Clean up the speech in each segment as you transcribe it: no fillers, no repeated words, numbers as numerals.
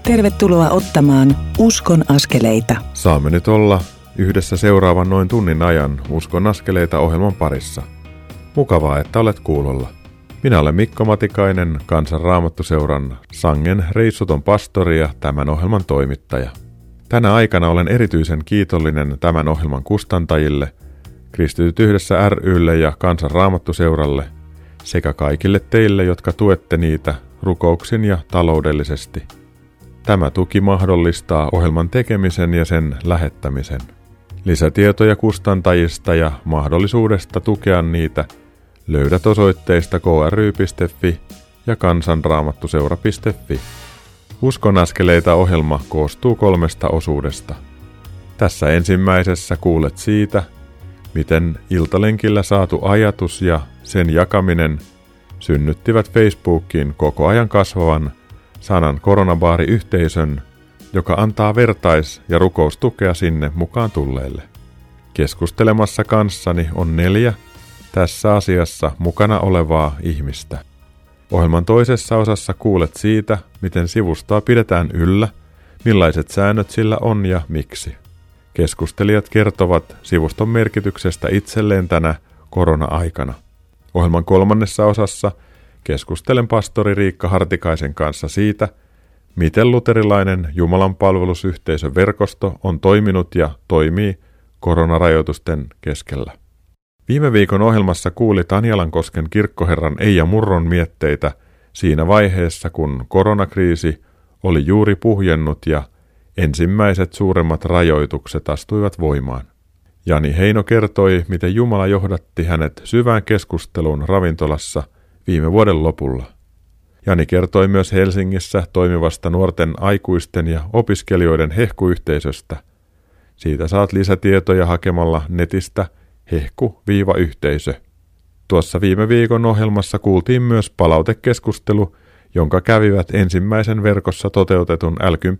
Tervetuloa ottamaan Uskon askeleita. Saamme nyt olla yhdessä seuraavan noin tunnin ajan Uskon askeleita -ohjelman parissa. Mukavaa, että olet kuulolla. Minä olen Mikko Matikainen, Kansan Raamattuseuran Sangen reissuton pastori ja tämän ohjelman toimittaja. Tänä aikana olen erityisen kiitollinen tämän ohjelman kustantajille, Kristityt yhdessä ry:lle ja Kansan Raamattuseuralle sekä kaikille teille, jotka tuette niitä rukouksin ja taloudellisesti. Tämä tuki mahdollistaa ohjelman tekemisen ja sen lähettämisen. Lisätietoja kustantajista ja mahdollisuudesta tukea niitä löydät osoitteista kry.fi ja kansanraamattuseura.fi. Uskon askeleita -ohjelma koostuu 3 osuudesta. Tässä ensimmäisessä kuulet siitä, miten iltalenkillä saatu ajatus ja sen jakaminen synnyttivät Facebookiin koko ajan kasvavan Sanan koronabaari-yhteisön, joka antaa vertais- ja rukoustukea sinne mukaan tulleille. Keskustelemassa kanssani on 4 tässä asiassa mukana olevaa ihmistä. Ohjelman toisessa osassa kuulet siitä, miten sivustoa pidetään yllä, millaiset säännöt sillä on ja miksi. Keskustelijat kertovat sivuston merkityksestä itselleen tänä korona-aikana. Ohjelman 3. osassa keskustelen pastori Riikka Hartikaisen kanssa siitä, miten luterilainen Jumalanpalvelusyhteisön verkosto on toiminut ja toimii koronarajoitusten keskellä. Viime viikon ohjelmassa kuulit Anjalankosken kirkkoherran Eija Murron mietteitä siinä vaiheessa, kun koronakriisi oli juuri puhjennut ja ensimmäiset suuremmat rajoitukset astuivat voimaan. Jani Heino kertoi, miten Jumala johdatti hänet syvään keskusteluun ravintolassa viime vuoden lopulla. Jani kertoi myös Helsingissä toimivasta nuorten aikuisten ja opiskelijoiden hehkuyhteisöstä. Siitä saat lisätietoja hakemalla netistä hehku-yhteisö. Tuossa viime viikon ohjelmassa kuultiin myös palautekeskustelu, jonka kävivät ensimmäisen verkossa toteutetun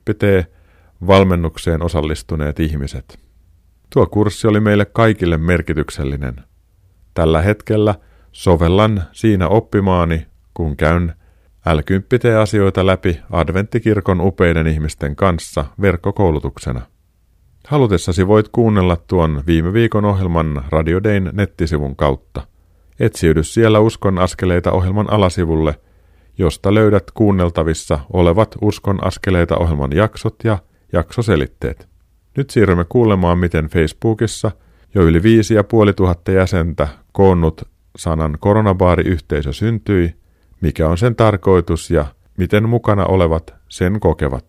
L10T-valmennukseen osallistuneet ihmiset. Tuo kurssi oli meille kaikille merkityksellinen. Tällä hetkellä sovellan siinä oppimaani, kun käyn L10T-asioita läpi adventtikirkon upeiden ihmisten kanssa verkkokoulutuksena. Halutessasi voit kuunnella tuon viime viikon ohjelman Radio Dayn nettisivun kautta. Etsiydy siellä Uskon askeleita -ohjelman alasivulle, josta löydät kuunneltavissa olevat Uskon askeleita -ohjelman jaksot ja jaksoselitteet. Nyt siirrymme kuulemaan, miten Facebookissa jo yli 5,500 jäsentä koonnut Sanan koronabaari-yhteisö syntyi, mikä on sen tarkoitus ja miten mukana olevat sen kokevat.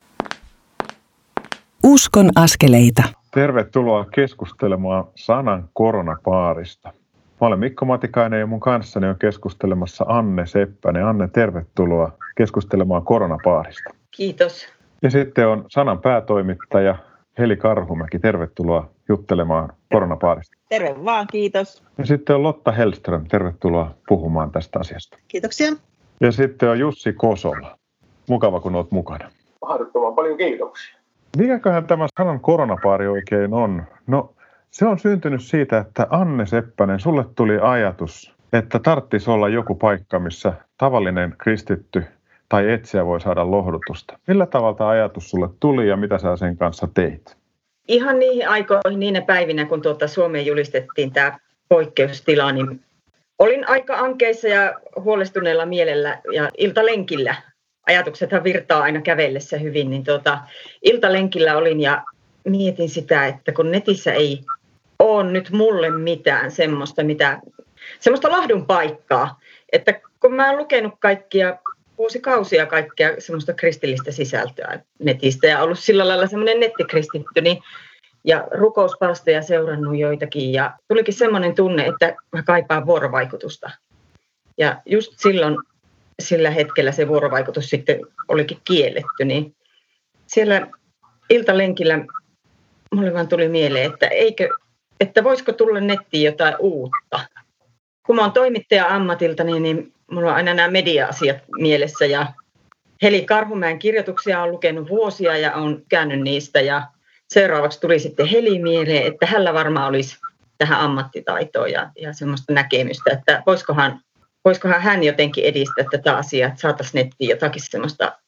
Uskon askeleita. Tervetuloa keskustelemaan Sanan koronabaarista. Mä olen Mikko Matikainen ja mun kanssani on keskustelemassa Anne Seppänen. Anne, tervetuloa keskustelemaan koronabaarista. Kiitos. Ja sitten on Sanan päätoimittaja Heli Karhumäki. Tervetuloa juttelemaan koronabaarista. Terve vaan, kiitos. Ja sitten on Lotta Hellström. Tervetuloa puhumaan tästä asiasta. Kiitoksia. Ja sitten on Jussi Kosola. Mukava, kun olet mukana. Mahdottoman paljon kiitoksia. Mikäköhän tämä Sanan koronabaari oikein on? No, se on syntynyt siitä, että Anne Seppänen, sulle tuli ajatus, että tarvitsisi olla joku paikka, missä tavallinen kristitty tai etsijä voi saada lohdutusta. Millä tavalla ajatus sulle tuli ja mitä sä sen kanssa teit? Ihan niihin aikoihin, niinä päivinä, kun Suomeen julistettiin tämä poikkeustila, niin olin aika ankeissa ja huolestuneella mielellä ja iltalenkillä. Ajatuksethan virtaa aina kävellessä hyvin, niin iltalenkillä olin ja mietin sitä, että kun netissä ei ole nyt mulle mitään semmoista lahdun paikkaa, että kun mä oon lukenut vuosikausia kaikkia semmoista kristillistä sisältöä netistä ja ollut sillä lailla semmoinen nettikristitty, niin, ja rukouspalstoja seurannut joitakin ja tulikin semmoinen tunne, että mä kaipaan vuorovaikutusta. Ja just silloin sillä hetkellä se vuorovaikutus sitten olikin kielletty, niin siellä iltalenkillä mulle vaan tuli mieleen, että voisiko tulla nettiin jotain uutta. Kun mä oon toimittaja ammatilta, niin mulla on aina nämä media-asiat mielessä ja Heli Karhumäen kirjoituksia on lukenut vuosia ja on käynyt niistä ja seuraavaksi tuli sitten Heli mieleen, että hänellä varmaan olisi tähän ammattitaitoa ja semmoista näkemystä, että voisikohan hän jotenkin edistää tätä asiaa, että saataisiin nettiin jotakin semmoista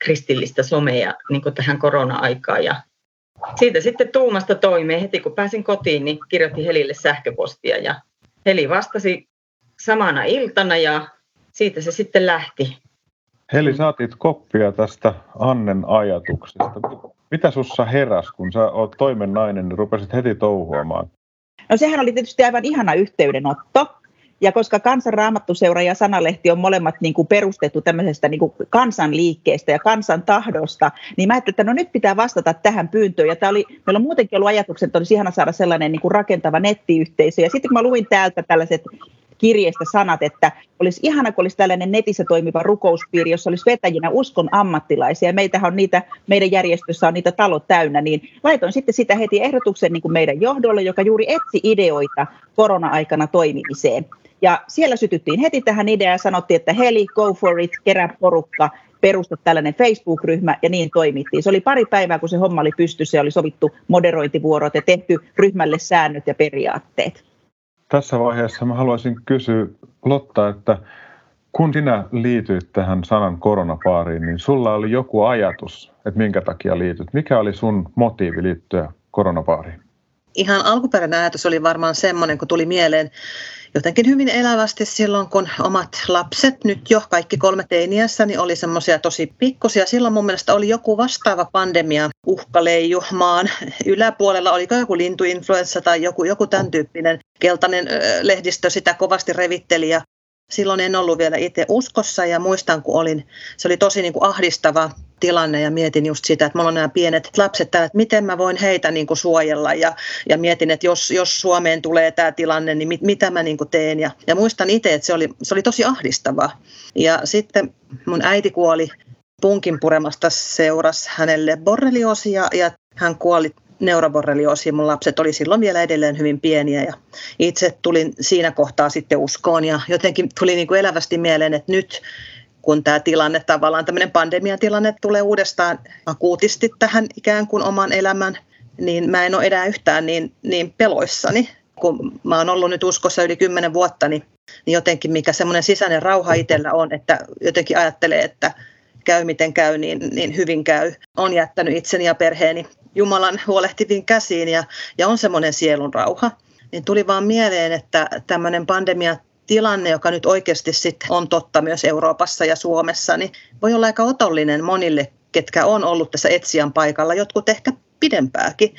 kristillistä somea niin kuin tähän korona-aikaan. Ja siitä sitten tuumasta toimeen. Heti kun pääsin kotiin, niin kirjoitin Helille sähköpostia ja Heli vastasi samana iltana ja siitä se sitten lähti. Heli, saatit koppia tästä Annen ajatuksesta. Mitä sussa heräsi, kun sä oot toimen nainen, niin rupesit heti touhuamaan? No sehän oli tietysti aivan ihana yhteydenotto. Ja koska Kansan Raamattuseura ja Sanalehti on molemmat niin kuin perustettu tämmöisestä niin kuin kansanliikkeestä ja kansan tahdosta, niin mä ajattelin, että no nyt pitää vastata tähän pyyntöön. Ja meillä on muutenkin ollut ajatukset, että olisi ihana saada sellainen niin kuin rakentava nettiyhteisö. Ja sitten kun mä luin täältä tällaiset kirjeestä sanat, että olisi ihana, kun olisi tällainen netissä toimiva rukouspiiri, jossa olisi vetäjinä uskon ammattilaisia. Meitähän on niitä, meidän järjestössä on niitä talot täynnä, niin laitoin sitten sitä heti ehdotuksen niin kuin meidän johdolle, joka juuri etsi ideoita korona-aikana toimimiseen. Ja siellä sytyttiin heti tähän ideaan ja sanottiin, että Heli, go for it, kerää porukka, perusta tällainen Facebook-ryhmä ja niin toimittiin. Se oli pari päivää, kun se homma oli pystyssä ja oli sovittu moderointivuorot ja tehty ryhmälle säännöt ja periaatteet. Tässä vaiheessa mä haluaisin kysyä Lotta, että kun sinä liityit tähän Sanan koronapaariin, niin sulla oli joku ajatus, että minkä takia liityt. Mikä oli sun motiivi liittyä koronapaariin? Ihan alkuperäinen ajatus oli varmaan semmoinen, kun tuli mieleen jotenkin hyvin elävästi silloin, kun omat lapset, nyt jo kaikki 3 teiniässä, niin oli semmoisia tosi pikkusia. Silloin mun mielestä oli joku vastaava pandemia uhkaleiju maan yläpuolella. Oliko joku lintuinfluenssa tai joku tämän tyyppinen. Keltainen lehdistö sitä kovasti revitteli ja silloin en ollut vielä itse uskossa ja muistan, kun se oli tosi niin kuin ahdistava tilanne ja mietin just sitä, että mulla on nämä pienet lapset täällä, että miten mä voin heitä niin kuin suojella ja mietin, että jos Suomeen tulee tämä tilanne, niin mitä mä niin kuin teen ja muistan itse, että se oli tosi ahdistavaa ja sitten mun äiti kuoli punkinpuremasta, seurasi hänelle borrelioosi ja hän kuoli neuroborrelioosiin. Mun lapset oli silloin vielä edelleen hyvin pieniä ja itse tulin siinä kohtaa sitten uskoon ja jotenkin tuli niin kuin elävästi mieleen, että nyt kun tämä tilanne, tavallaan tämmöinen pandemiatilanne tulee uudestaan akuutisti tähän ikään kuin oman elämän, niin mä en ole enää yhtään niin peloissani. Kun mä oon ollut nyt uskossa yli 10 vuotta, niin jotenkin mikä semmoinen sisäinen rauha itsellä on, että jotenkin ajattelee, että käy miten käy, niin hyvin käy. On jättänyt itseni ja perheeni Jumalan huolehtiviin käsiin ja on semmoinen sielun rauha. Niin tuli vaan mieleen, että tämmöinen pandemiatilanne, joka nyt oikeasti sitten on totta myös Euroopassa ja Suomessa, niin voi olla aika otollinen monille, ketkä on ollut tässä etsijän paikalla, jotkut ehkä pidempääkin.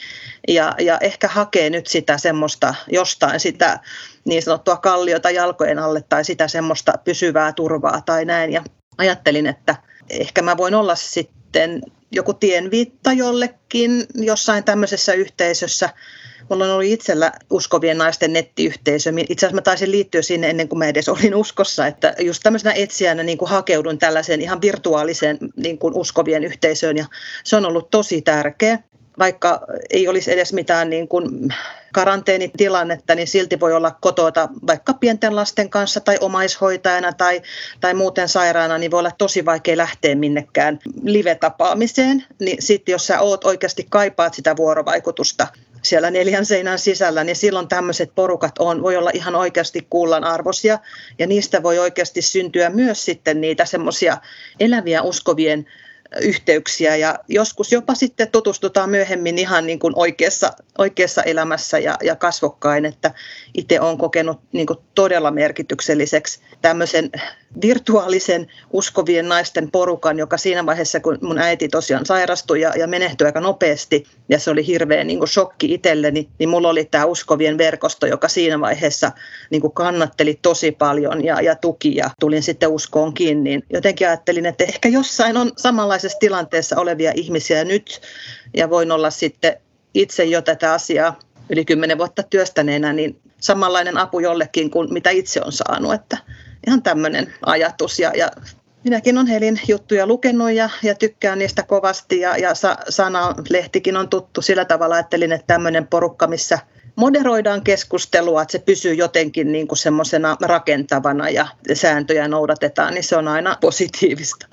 Ja ehkä hakee nyt sitä semmoista jostain sitä niin sanottua kalliota jalkojen alle tai sitä semmoista pysyvää turvaa tai näin. Ja ajattelin, että ehkä mä voin olla sitten joku tienviitta jollekin jossain tämmöisessä yhteisössä. Mulla on ollut itsellä uskovien naisten nettiyhteisö. Itse asiassa mä taisin liittyä sinne ennen kuin mä edes olin uskossa, että just tämmöisenä etsijänä niin kuin hakeudun tällaiseen ihan virtuaaliseen niin kuin uskovien yhteisöön ja se on ollut tosi tärkeä. Vaikka ei olisi edes mitään niin kuin karanteenitilannetta, niin silti voi olla kotota vaikka pienten lasten kanssa tai omaishoitajana tai muuten sairaana, niin voi olla tosi vaikea lähteä minnekään live-tapaamiseen. Niin sitten jos sä oikeasti kaipaat sitä vuorovaikutusta siellä 4 seinän sisällä, niin silloin tämmöiset porukat voi olla ihan oikeasti kullan arvoisia ja niistä voi oikeasti syntyä myös sitten niitä semmoisia eläviä uskovien yhteyksiä ja joskus jopa sitten tutustutaan myöhemmin ihan niin kuin oikeassa elämässä ja kasvokkain, että itse olen kokenut niin kuin todella merkitykselliseksi tämmöisen virtuaalisen uskovien naisten porukan, joka siinä vaiheessa, kun mun äiti tosiaan sairastui ja menehtyi aika nopeasti ja se oli hirveä niin kuin shokki itselleni, niin mulla oli tämä uskovien verkosto, joka siinä vaiheessa niin kuin kannatteli tosi paljon ja tuki ja tulin sitten uskoon kiinni. Niin jotenkin ajattelin, että ehkä jossain on samanlaisessa tilanteessa olevia ihmisiä nyt ja voin olla sitten itse jo tätä asiaa yli 10 vuotta työstäneenä, niin samanlainen apu jollekin kuin mitä itse on saanut, että ihan tämmöinen ajatus ja minäkin olen Helin juttuja lukenut ja tykkään niistä kovasti ja Sanalehtikin on tuttu sillä tavalla, ajattelin, että tämmöinen porukka, missä moderoidaan keskustelua, että se pysyy jotenkin niin kuin semmoisena rakentavana ja sääntöjä noudatetaan, niin se on aina positiivista.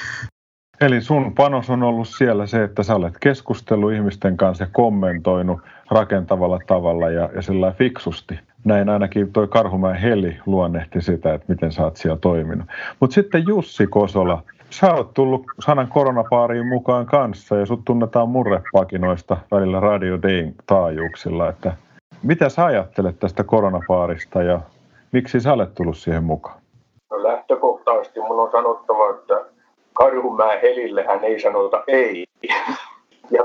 Eli sun panos on ollut siellä se, että sä olet keskustellut ihmisten kanssa ja kommentoinut rakentavalla tavalla ja sillä fiksusti. Näin ainakin toi Karhumäen Heli luonnehti sitä, että miten sä oot siellä toiminut. Mutta sitten Jussi Kosola, Sä oot tullut Sanan koronapaariin mukaan kanssa ja sut tunnetaan murrepakinoista välillä Radio Dayn taajuuksilla. Että mitä sä ajattelet tästä koronapaarista ja miksi sä olet tullut siihen mukaan? No lähtökohtaisesti mun on sanottava, että Karhumäen Helillehän ei sanota ei. Ja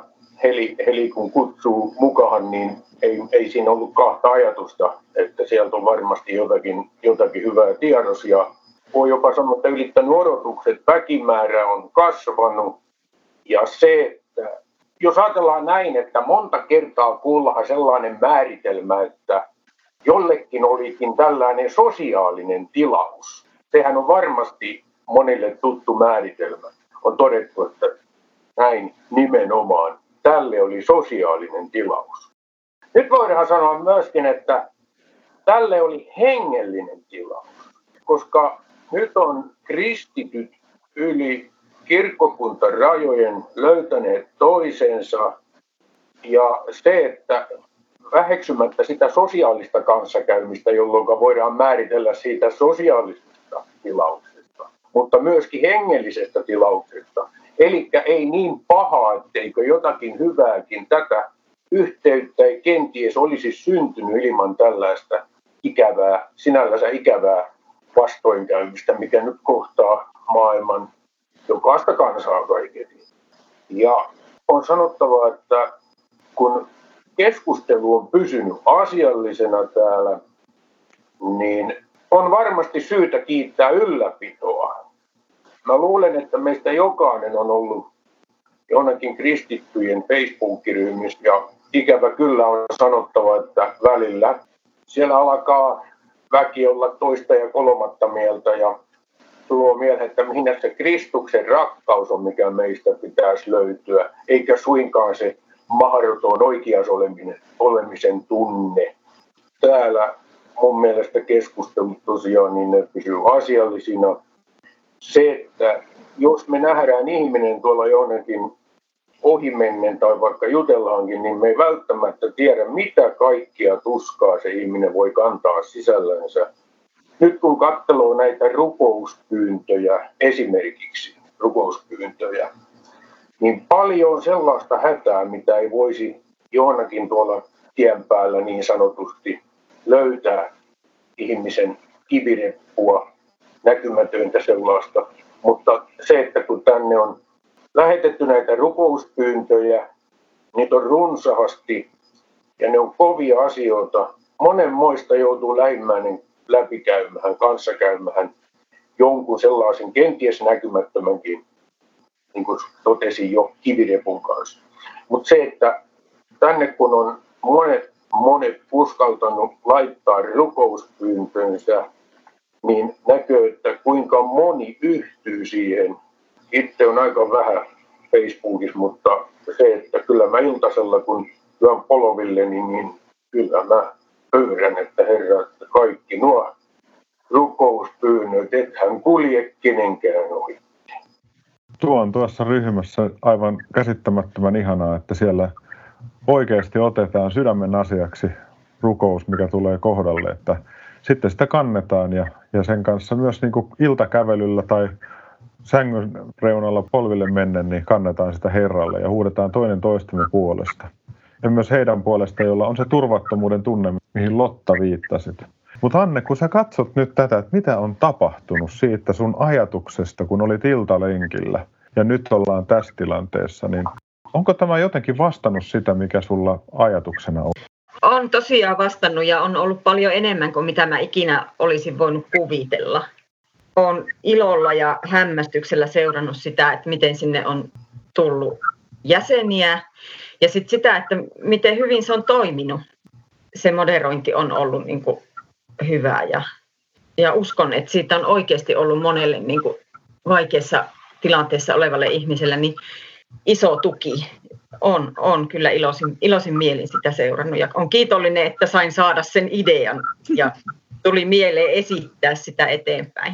Heli kun kutsuu mukaan, niin ei siinä ollut kahta ajatusta, että sieltä on varmasti jotakin hyvää tiedossa. Ja voi jopa sanoa, että ylittänyt odotukset, väkimäärä on kasvanut. Ja se, että jos ajatellaan näin, että monta kertaa kuullaan sellainen määritelmä, että jollekin olikin tällainen sosiaalinen tilaus. Sehän on varmasti monille tuttu määritelmä. On todettu, että näin nimenomaan tälle oli sosiaalinen tilaus. Nyt voidaan sanoa myöskin, että tälle oli hengellinen tilaus, koska nyt on kristityt yli kirkkokuntarajojen löytäneet toisensa. Ja se, että väheksymättä sitä sosiaalista kanssakäymistä, jolloin voidaan määritellä siitä sosiaalisesta tilauksesta, mutta myöskin hengellisestä tilauksesta. Eli ei niin pahaa, etteikö jotakin hyvääkin tätä yhteyttä ei kenties olisi syntynyt ilman tällaista sinällänsä ikävää vastoinkäymistä, mikä nyt kohtaa maailman jokaista kansaa kaiketi. Ja on sanottava, että kun keskustelu on pysynyt asiallisena täällä, niin on varmasti syytä kiittää ylläpitoa. Mä luulen, että meistä jokainen on ollut jonnekin kristittyjen Facebook-ryhmissä ja ikävä kyllä on sanottava, että välillä siellä alkaa väki olla toista ja kolmatta mieltä ja tuo mieleen, että mihin se Kristuksen rakkaus on, mikä meistä pitäisi löytyä, eikä suinkaan se mahdoton oikeassa olemisen tunne. Täällä mun mielestä keskustelut tosiaan niin ne pysyy asiallisina. Se, että jos me nähdään ihminen tuolla jonnekin ohimennen tai vaikka jutellaankin, niin me ei välttämättä tiedä, mitä kaikkia tuskaa se ihminen voi kantaa sisällänsä. Nyt kun katsoo näitä rukouspyyntöjä, esimerkiksi rukouspyyntöjä, niin paljon sellaista hätää, mitä ei voisi johonkin tuolla tien päällä niin sanotusti löytää ihmisen kivireppua, näkymätöntä sellaista. Mutta se, että kun tänne on lähetetty näitä rukouspyyntöjä, niitä on runsaasti ja ne on kovia asioita. Monenmoista joutuu lähimmäinen läpikäymään, kanssakäymään jonkun sellaisen kenties näkymättömänkin, niin kuin totesin jo, kivirepun kanssa. Mutta se, että tänne kun on monet uskaltanut laittaa rukouspyyntönsä, niin näkyy, että kuinka moni yhtyy siihen. Itse on aika vähän Facebookissa, mutta se, että kyllä mä iltasella kun lyön polvilleni, niin kyllä mä pyydän, että Herra, että kaikki nuo rukouspyynnöt, ethän kulje kenenkään ohi. Tuo on tuossa ryhmässä aivan käsittämättömän ihanaa, että siellä oikeasti otetaan sydämen asiaksi rukous, mikä tulee kohdalle, että sitten sitä kannetaan ja sen kanssa myös niin kuin iltakävelyllä tai sängyn reunalla polville mennen, niin kannetaan sitä Herralle ja huudetaan toinen toistemme puolesta. Ja myös heidän puolesta, jolla on se turvattomuuden tunne, mihin Lotta viittasit. Mutta Anne, kun sä katsot nyt tätä, että mitä on tapahtunut siitä sun ajatuksesta, kun olit iltalenkillä ja nyt ollaan tässä tilanteessa, niin onko tämä jotenkin vastannut sitä, mikä sulla ajatuksena on? On tosiaan vastannut ja on ollut paljon enemmän kuin mitä mä ikinä olisin voinut kuvitella. Olen ilolla ja hämmästyksellä seurannut sitä, että miten sinne on tullut jäseniä ja sitten sitä, että miten hyvin se on toiminut. Se moderointi on ollut niin kuin hyvää ja uskon, että siitä on oikeasti ollut monelle niin kuin vaikeassa tilanteessa olevalle ihmiselle niin iso tuki. On kyllä iloisin mielin sitä seurannut ja on kiitollinen, että sain saada sen idean ja tuli mieleen esittää sitä eteenpäin.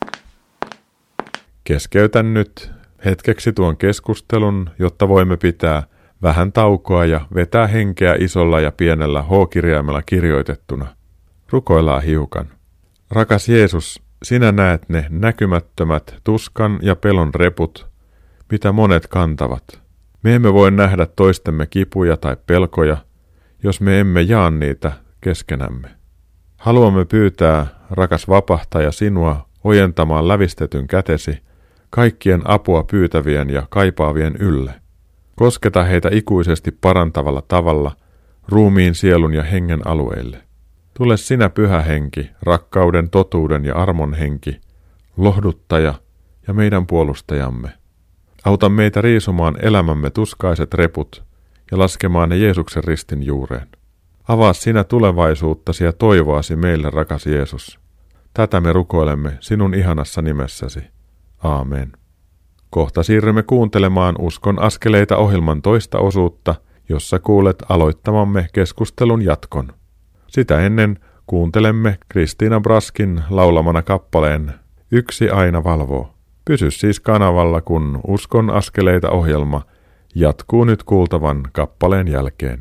Keskeytän nyt hetkeksi tuon keskustelun, jotta voimme pitää vähän taukoa ja vetää henkeä isolla ja pienellä H-kirjaimella kirjoitettuna. Rukoillaan hiukan. Rakas Jeesus, Sinä näet ne näkymättömät tuskan ja pelon reput, mitä monet kantavat. Me emme voi nähdä toistemme kipuja tai pelkoja, jos me emme jaa niitä keskenämme. Haluamme pyytää, rakas vapahtaja, sinua ojentamaan lävistetyn kätesi kaikkien apua pyytävien ja kaipaavien ylle. Kosketa heitä ikuisesti parantavalla tavalla ruumiin, sielun ja hengen alueille. Tule sinä Pyhä Henki, rakkauden, totuuden ja armon henki, lohduttaja ja meidän puolustajamme. Auta meitä riisumaan elämämme tuskaiset reput ja laskemaan ne Jeesuksen ristin juureen. Avaa sinä tulevaisuuttasi ja toivoasi meille, rakas Jeesus. Tätä me rukoilemme sinun ihanassa nimessäsi. Aamen. Kohta siirrymme kuuntelemaan Uskon askeleita -ohjelman toista osuutta, jossa kuulet aloittamamme keskustelun jatkon. Sitä ennen kuuntelemme Kristiina Braskin laulamana kappaleen Yksi aina valvoo. Pysy siis kanavalla, kun Uskon askeleita -ohjelma jatkuu nyt kuultavan kappaleen jälkeen.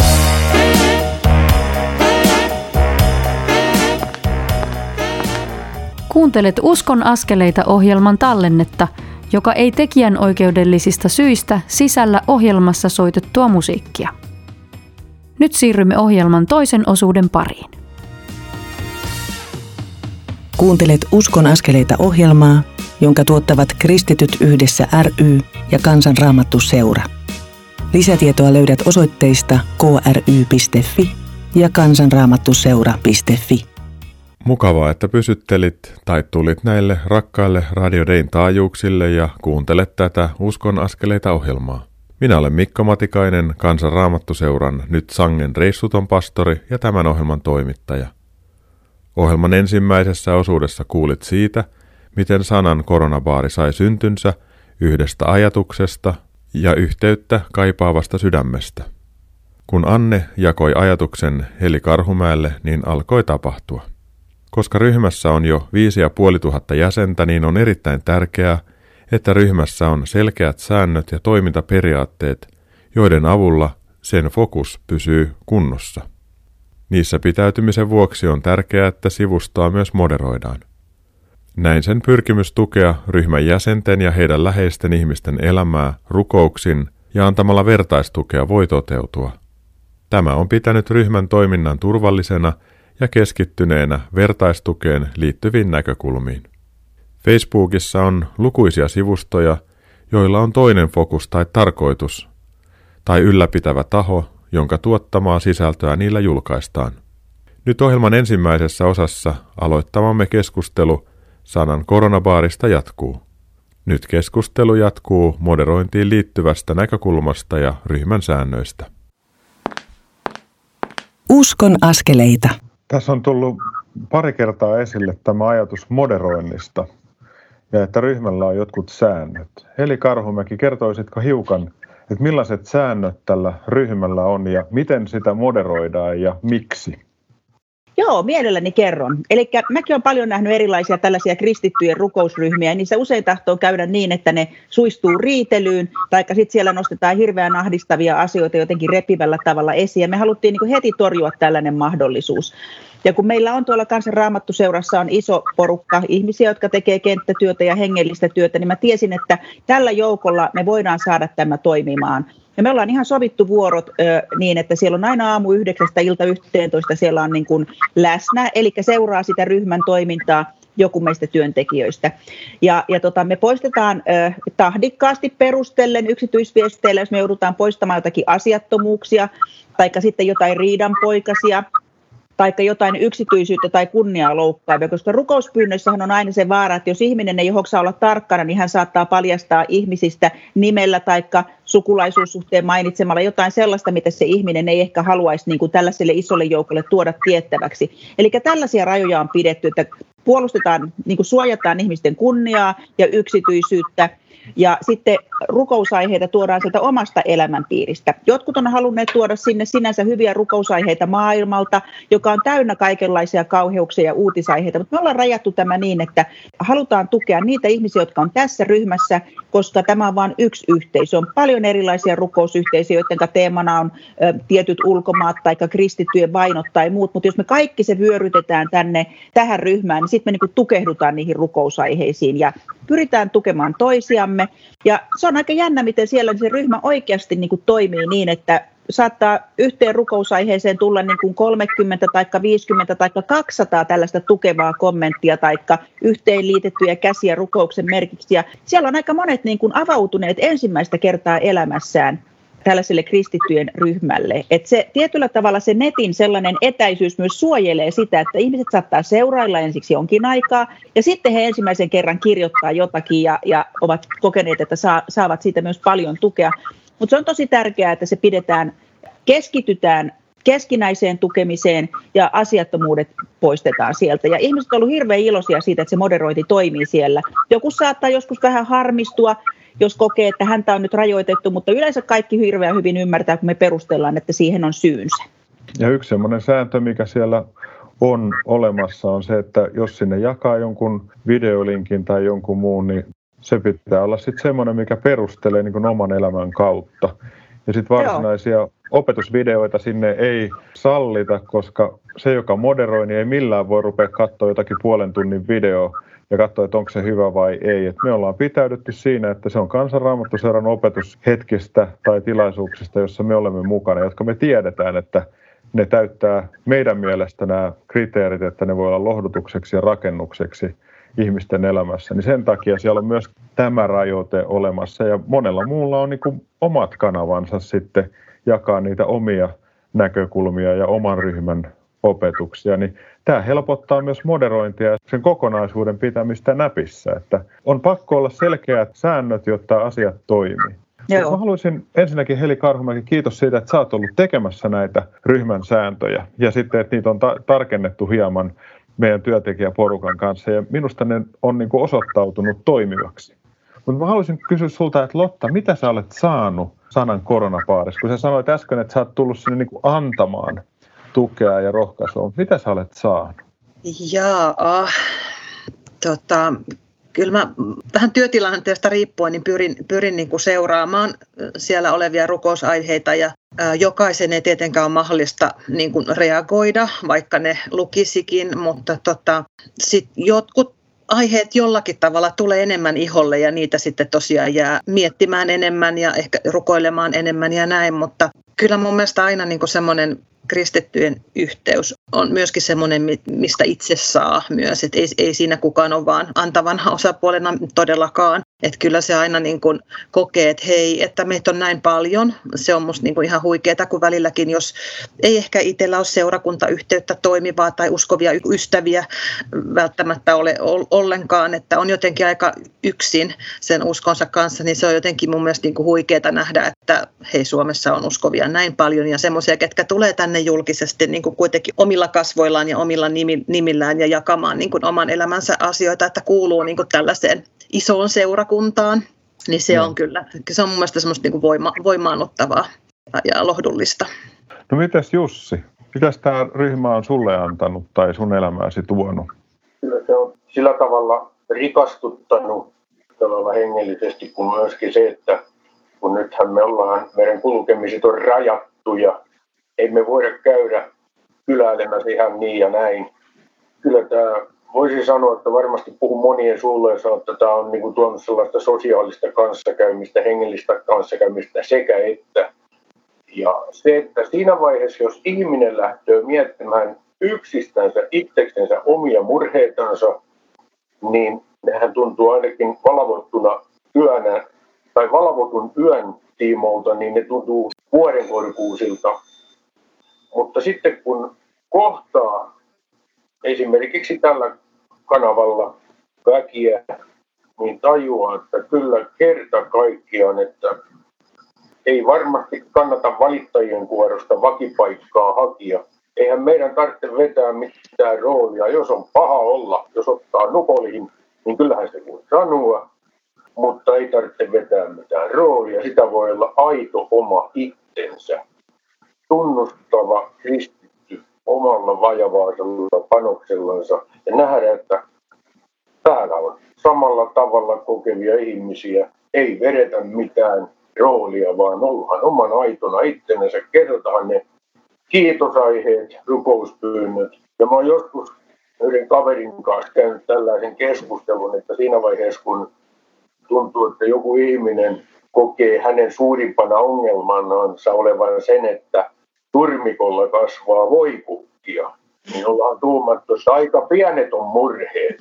Kuuntelet Uskon askeleita -ohjelman tallennetta, joka ei tekijänoikeudellisista syistä sisällä ohjelmassa soitettua musiikkia. Nyt siirrymme ohjelman toisen osuuden pariin. Kuuntelet Uskon askeleita -ohjelmaa, jonka tuottavat Kristityt yhdessä ry ja Kansan Raamattu Seura. Lisätietoa löydät osoitteista kry.fi ja kansanraamattuseura.fi. Mukavaa, että pysyttelit tai tulit näille rakkaille Radio Dayn taajuuksille ja kuuntelet tätä Uskon askeleita -ohjelmaa. Minä olen Mikko Matikainen, Kansan Raamattuseuran nyt sangen reissuton pastori ja tämän ohjelman toimittaja. Ohjelman ensimmäisessä osuudessa kuulit siitä, miten sanan koronabaari sai syntynsä yhdestä ajatuksesta ja yhteyttä kaipaavasta sydämestä. Kun Anne jakoi ajatuksen Heli Karhumäelle, niin alkoi tapahtua. Koska ryhmässä on jo 5,500 jäsentä, niin on erittäin tärkeää, että ryhmässä on selkeät säännöt ja toimintaperiaatteet, joiden avulla sen fokus pysyy kunnossa. Niissä pitäytymisen vuoksi on tärkeää, että sivustoa myös moderoidaan. Näin sen pyrkimys tukea ryhmän jäsenten ja heidän läheisten ihmisten elämää rukouksin ja antamalla vertaistukea voi toteutua. Tämä on pitänyt ryhmän toiminnan turvallisena ja keskittyneenä vertaistukeen liittyviin näkökulmiin. Facebookissa on lukuisia sivustoja, joilla on toinen fokus tai tarkoitus, tai ylläpitävä taho, jonka tuottamaa sisältöä niillä julkaistaan. Nyt ohjelman ensimmäisessä osassa aloittamamme keskustelu sanan koronabaarista jatkuu. Nyt keskustelu jatkuu moderointiin liittyvästä näkökulmasta ja ryhmän säännöistä. Uskon askeleita. Tässä on tullut pari kertaa esille tämä ajatus moderoinnista ja että ryhmällä on jotkut säännöt. Heli Karhumäki, kertoisitko hiukan, että millaiset säännöt tällä ryhmällä on ja miten sitä moderoidaan ja miksi? Joo, mielelläni kerron. Eli mäkin olen paljon nähnyt erilaisia tällaisia kristittyjen rukousryhmiä. Niissä usein tahtoo käydä niin, että ne suistuu riitelyyn, tai sitten siellä nostetaan hirveän ahdistavia asioita jotenkin repivällä tavalla esiin. Ja me haluttiin niin heti torjua tällainen mahdollisuus. Ja kun meillä on tuolla Kansan Raamattuseurassa on iso porukka ihmisiä, jotka tekee kenttätyötä ja hengellistä työtä, niin mä tiesin, että tällä joukolla me voidaan saada tämä toimimaan. Ja me ollaan ihan sovittu vuorot niin, että siellä on aina aamu 9 ilta 11 siellä on niin kuin läsnä, eli seuraa sitä ryhmän toimintaa joku meistä työntekijöistä. Ja me poistetaan tahdikkaasti perustellen yksityisviesteillä, jos me joudutaan poistamaan jotakin asiattomuuksia, tai sitten jotain riidanpoikasia, tai jotain yksityisyyttä tai kunniaa loukkaavia, koska rukouspyynnössähän on aina se vaara, että jos ihminen ei johoksa olla tarkkana, niin hän saattaa paljastaa ihmisistä nimellä tai sukulaisuussuhteen mainitsemalla jotain sellaista, mitä se ihminen ei ehkä haluaisi niin kuin tällaiselle isolle joukolle tuoda tiettäväksi. Eli tällaisia rajoja on pidetty, että puolustetaan, niin kuin suojataan ihmisten kunniaa ja yksityisyyttä, Ja sitten rukousaiheita tuodaan sieltä omasta elämänpiiristä. Jotkut on halunneet tuoda sinne sinänsä hyviä rukousaiheita maailmalta, joka on täynnä kaikenlaisia kauheuksia ja uutisaiheita, mutta me ollaan rajattu tämä niin, että halutaan tukea niitä ihmisiä, jotka on tässä ryhmässä, koska tämä on vain yksi yhteisö. On paljon erilaisia rukousyhteisöjä, joiden teemana on tietyt ulkomaat tai kristittyjen vainot tai muut, mutta jos me kaikki se vyörytetään tähän ryhmään, niin sitten me niin tukehdutaan niihin rukousaiheisiin ja pyritään tukemaan toisiamme. Ja se on aika jännä, miten siellä se ryhmä oikeasti niin toimii niin, että saattaa yhteen rukousaiheeseen tulla niin kuin 30 tai 50 tai 200 tällaista tukevaa kommenttia tai yhteen liitettyjä käsiä rukouksen merkiksi. Ja siellä on aika monet niin kuin avautuneet ensimmäistä kertaa elämässään tällaiselle kristittyjen ryhmälle. Että se tietyllä tavalla se netin sellainen etäisyys myös suojelee sitä, että ihmiset saattaa seurailla ensiksi jonkin aikaa ja sitten he ensimmäisen kerran kirjoittaa jotakin ja ovat kokeneet, että saavat siitä myös paljon tukea. Mutta se on tosi tärkeää, että se keskitytään keskinäiseen tukemiseen ja asiattomuudet poistetaan sieltä. Ja ihmiset ovat olleet hirveän iloisia siitä, että se moderointi toimii siellä. Joku saattaa joskus vähän harmistua, jos kokee, että häntä on nyt rajoitettu, mutta yleensä kaikki hirveän hyvin ymmärtää, kun me perustellaan, että siihen on syynsä. Ja yksi sellainen sääntö, mikä siellä on olemassa, on se, että jos sinne jakaa jonkun videolinkin tai jonkun muun, niin se pitää olla sitten semmoinen, mikä perustelee niin kuin oman elämän kautta. Ja sitten varsinaisia opetusvideoita sinne ei sallita, koska se, joka moderoi, niin ei millään voi rupea katsoa jotakin puolen tunnin videoa ja katsoa, että onko se hyvä vai ei. Et me ollaan pitäydytty siinä, että se on Kansan Raamattuseuran opetushetkistä tai tilaisuuksista, jossa me olemme mukana, jotka me tiedetään, että ne täyttää meidän mielestä nämä kriteerit, että ne voi olla lohdutukseksi ja rakennukseksi ihmisten elämässä. Niin sen takia siellä on myös tämä rajoite olemassa ja monella muulla on niin kuin omat kanavansa sitten jakaa niitä omia näkökulmia ja oman ryhmän opetuksia, niin tämä helpottaa myös moderointia ja sen kokonaisuuden pitämistä näpissä, että on pakko olla selkeät säännöt, jotta asiat toimii. Mä haluaisin ensinnäkin Heli Karhumäki, kiitos siitä, että sä oot ollut tekemässä näitä ryhmän sääntöjä ja sitten, että niitä on tarkennettu hieman meidän työntekijäporukan kanssa ja minusta ne on niin kuin osoittautunut toimivaksi. Mutta mä haluaisin kysyä sulta, että Lotta, mitä sä olet saanut sanan koronapaarissa? Kun sä sanoit äsken, että sä oot tullut sinne niin kuin antamaan tukea ja rohkaisua. Mitä sä olet saanut? Kyllä mä vähän työtilanteesta riippuen niin pyrin niin kuin seuraamaan siellä olevia rukousaiheita ja jokaisen ei tietenkään ole mahdollista niin kuin reagoida, vaikka ne lukisikin, mutta sit jotkut aiheet jollakin tavalla tulee enemmän iholle ja niitä sitten tosiaan jää miettimään enemmän ja ehkä rukoilemaan enemmän ja näin, mutta kyllä mun mielestä aina niin kuin semmoinen kristittyjen yhteys on myöskin semmoinen, mistä itse saa myös, että ei siinä kukaan ole vaan antavana osapuolena todellakaan. Että kyllä se aina niin kuin kokee, että hei, että meitä on näin paljon. Se on musta niin kuin ihan huikeeta, kun välilläkin, jos ei ehkä itsellä ole seurakuntayhteyttä toimivaa tai uskovia ystäviä välttämättä ole ollenkaan, että on jotenkin aika yksin sen uskonsa kanssa, niin se on jotenkin mun mielestä niin kuin huikeeta nähdä, että hei, Suomessa on uskovia näin paljon ja semmoisia, ketkä tulee tänne julkisesti niin kuin kuitenkin omilla kasvoillaan ja omilla nimillään ja jakamaan niin kuin oman elämänsä asioita, että kuuluu niin kuin tällaiseen isoon seurakuntaan, niin se on kyllä, se on mun mielestä semmoista niin kuin voimaannuttavaa ja lohdullista. No mites Jussi, mitäs tämä ryhmä on sulle antanut tai sun elämääsi tuonut? Kyllä se on sillä tavalla rikastuttanut tavalla hengellisesti kuin myöskin se, että kun nythän meidän kulkemiset on rajattu ja ei me voida käydä kyläilemässä ihan niin ja näin. Kyllä tämä voisi sanoa, että varmasti puhun monien suulla ja sanoo, että tämä on niin kuin tuonut sellaista sosiaalista kanssakäymistä, hengellistä kanssakäymistä sekä että. Ja se, että siinä vaiheessa, jos ihminen lähtee miettimään yksistänsä itseksensä omia murheitansa, niin nehän tuntuu ainakin valvottuna yönä tai valvotun yön tiimoilta, niin ne tuntuu vuodenkorkuisilta. Mutta sitten kun kohtaa esimerkiksi tällä kanavalla väkiä, niin tajuaa, että kyllä kerta kaikkiaan, että ei varmasti kannata valittajien kuorosta vakipaikkaa hakia. Eihän meidän tarvitse vetää mitään roolia. Jos on paha olla, jos ottaa nupoliin, niin kyllähän se voi sanoa. mutta ei tarvitse vetää mitään roolia. Sitä voi olla aito oma itsensä, tunnustava kristitty omalla vajavaisella panoksellansa ja nähdä, että täällä on samalla tavalla kokevia ihmisiä, ei vedetä mitään roolia, vaan ollaan oman aitona itsenänsä, kerrotaan ne kiitosaiheet, rukouspyynnöt. Ja mä oon joskus yhden kaverin kanssa käynyt tällaisen keskustelun, että siinä vaiheessa kun tuntuu, että joku ihminen kokee hänen suurimpana ongelmanansa olevan sen, että turmikolla kasvaa voikukkia, niin ollaan tuumattu, että aika pienet on murheet.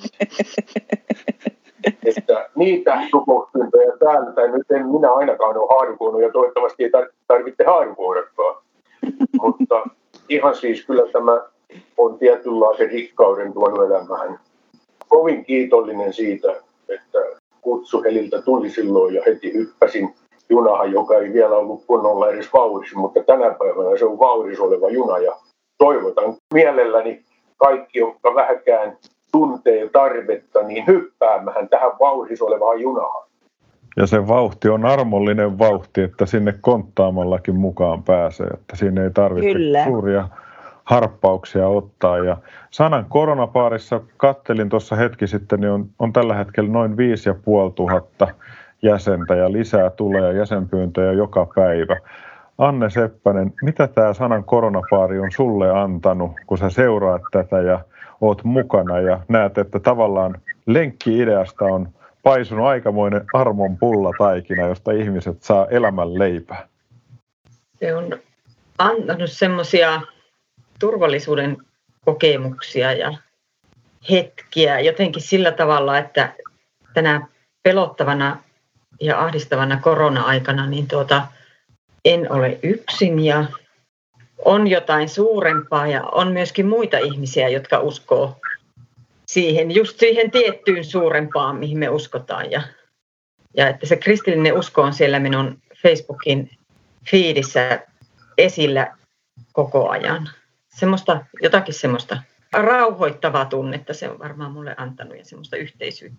Että niitä rukouspyyntöjä täältä nyt en minä ainakaan ole haarukoinut ja toivottavasti ei tarvitse haarukoidakaan. Mutta ihan siis kyllä tämä on tietynlaisen rikkauden tuonut elämään. Kovin kiitollinen siitä, että kutsu Heliltä tuli silloin ja heti hyppäsin junahan, joka ei vielä ollut kunnolla edes vauhdissa, mutta tänä päivänä se on vauhdissa oleva juna ja toivotan mielelläni kaikki, jotka vähäkään tuntee tarvetta, niin hyppäämähän tähän vauhdissa olevaan junaan. Ja se vauhti on armollinen vauhti, että sinne konttaamallakin mukaan pääsee, että siinä ei tarvitse suuria harppauksia ottaa. Ja Sanan koronapaarissa kattelin tuossa hetki sitten, niin on tällä hetkellä noin 5,500 jäsentä ja lisää tulee jäsenpyyntöjä joka päivä. Anne Seppänen, mitä tämä Sanan koronapaari on sulle antanut, kun sä seuraat tätä ja oot mukana ja näet, että tavallaan lenkki-ideasta on paisunut aikamoinen armon pullataikina, josta ihmiset saa elämän leipää? Se on antanut semmoisia turvallisuuden kokemuksia ja hetkiä jotenkin sillä tavalla, että tänä pelottavana ja ahdistavana korona-aikana niin en ole yksin ja on jotain suurempaa ja on myöskin muita ihmisiä, jotka uskoo just siihen tiettyyn suurempaan, mihin me uskotaan. Ja että se kristillinen usko on siellä minun Facebookin feedissä esillä koko ajan. Jotakin semmoista rauhoittavaa tunnetta se on varmaan mulle antanut ja semmoista yhteisyyttä.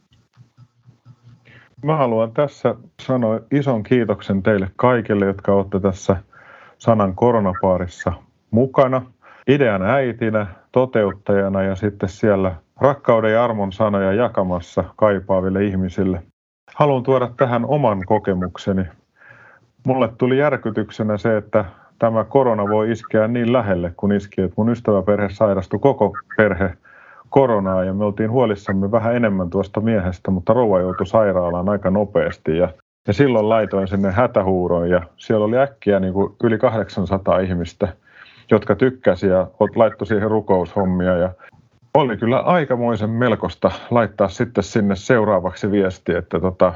Mä haluan tässä sanoa ison kiitoksen teille kaikille, jotka olette tässä Sanan koronapaarissa mukana. Idean äitinä, toteuttajana ja sitten siellä rakkauden ja armon sanoja jakamassa kaipaaville ihmisille. Haluan tuoda tähän oman kokemukseni. Mulle tuli järkytyksenä se, että tämä korona voi iskeä niin lähelle, kun iski, että mun ystäväperhe sairastui koko perhe koronaa ja me oltiin huolissamme vähän enemmän tuosta miehestä, mutta rouva joutui sairaalaan aika nopeasti ja silloin laitoin sinne hätähuuron ja siellä oli äkkiä niin kuin yli 800 ihmistä, jotka tykkäsi ja laittoi siihen rukoushommia ja oli kyllä aikamoisen melkoista laittaa sitten sinne seuraavaksi viesti, että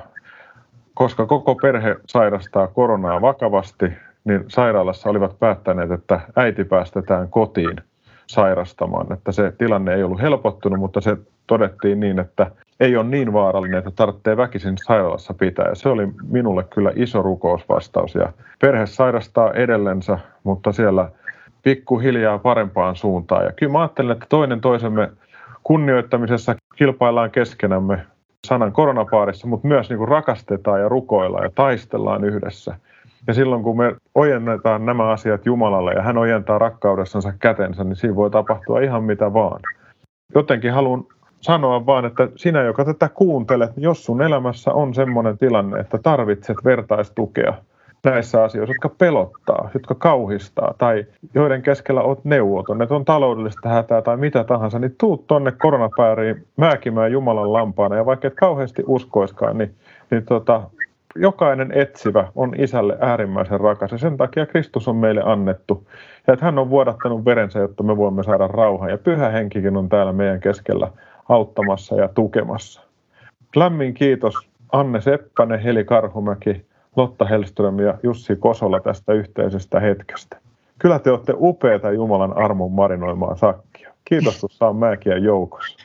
koska koko perhe sairastaa koronaa vakavasti, niin sairaalassa olivat päättäneet, että äiti päästetään kotiin sairastamaan. Että se tilanne ei ollut helpottunut, mutta se todettiin niin, että ei ole niin vaarallinen, että tarvitsee väkisin sairaalassa pitää. Ja se oli minulle kyllä iso rukousvastaus. Ja perhe sairastaa edellensä, mutta siellä pikkuhiljaa parempaan suuntaan. Ja kyllä mä ajattelen, että toinen toisemme kunnioittamisessa kilpaillaan keskenämme Sanan koronapaarissa, mutta myös niin kuin rakastetaan ja rukoillaan ja taistellaan yhdessä. Ja silloin kun me ojennetaan nämä asiat Jumalalle ja hän ojentaa rakkaudessansa kätensä, niin siinä voi tapahtua ihan mitä vaan. Jotenkin haluan sanoa vaan, että sinä, joka tätä kuuntelet, niin jos sun elämässä on semmoinen tilanne, että tarvitset vertaistukea näissä asioissa, jotka pelottaa, jotka kauhistaa tai joiden keskellä olet neuvoton, että on taloudellista hätää tai mitä tahansa, niin tuu tonne koronapääriin määkimään Jumalan lampaana ja vaikka et kauheasti uskoiskaan, niin jokainen etsivä on Isälle äärimmäisen rakas ja sen takia Kristus on meille annettu ja että hän on vuodattanut verensä, jotta me voimme saada rauhan ja Pyhä Henkikin on täällä meidän keskellä auttamassa ja tukemassa. Lämmin kiitos Anne Seppänen, Heli Karhumäki, Lotta Hellström ja Jussi Kosola tästä yhteisestä hetkestä. Kyllä te olette upeata Jumalan armon marinoimaa sakkia. Kiitos, kun saan mäkiä joukossa.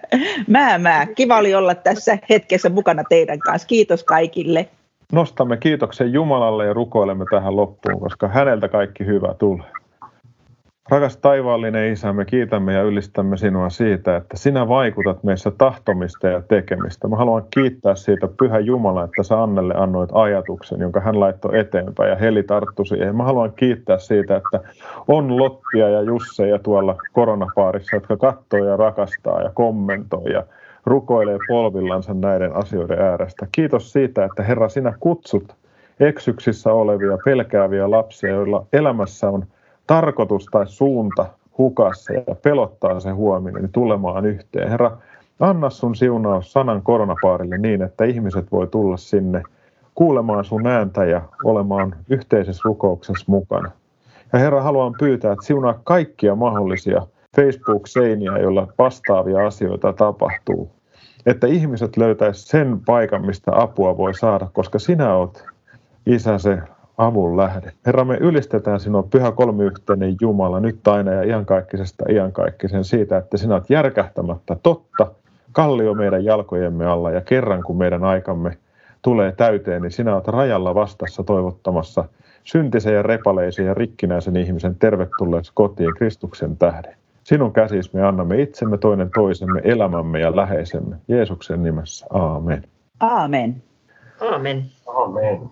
Kiva oli olla tässä hetkessä mukana teidän kanssa. Kiitos kaikille. Nostamme kiitoksen Jumalalle ja rukoilemme tähän loppuun, koska häneltä kaikki hyvä tulee. Rakas taivaallinen Isä, me kiitämme ja ylistämme sinua siitä, että sinä vaikutat meissä tahtomista ja tekemistä. Mä haluan kiittää siitä, Pyhä Jumala, että sä Annelle annoit ajatuksen, jonka hän laittoi eteenpäin ja Heli tarttui siihen. Mä haluan kiittää siitä, että on Lottia ja Jusseja tuolla koronapaarissa, jotka katsoo ja rakastaa ja kommentoi ja rukoilee polvillansa näiden asioiden äärestä. Kiitos siitä, että Herra, sinä kutsut eksyksissä olevia, pelkääviä lapsia, joilla elämässä on tarkoitus tai suunta hukassa ja pelottaa se huominen, niin tulemaan yhteen. Herra, anna sun siunaus sanan koronapaarille niin, että ihmiset voi tulla sinne kuulemaan sun ääntä ja olemaan yhteisessä rukouksessa mukana. Ja Herra, haluan pyytää, että siunaa kaikkia mahdollisia Facebook-seiniä, joilla vastaavia asioita tapahtuu. Että ihmiset löytäisivät sen paikan, mistä apua voi saada, koska sinä olet, Isä, se avun lähde. Herra, me ylistetään sinua Pyhä Kolmiyhteinen Jumala nyt aina ja iankaikkisesta iankaikkisen siitä, että sinä olet järkähtämättä totta, kallio meidän jalkojemme alla ja kerran kun meidän aikamme tulee täyteen, niin sinä olet rajalla vastassa toivottamassa syntisen ja repaleisen ja rikkinäisen ihmisen tervetulleeksi kotiin Kristuksen tähden. Sinun käsisi me annamme itsemme toinen toisemme, elämämme ja läheisemme. Jeesuksen nimessä. Aamen. Aamen. Aamen. Amen.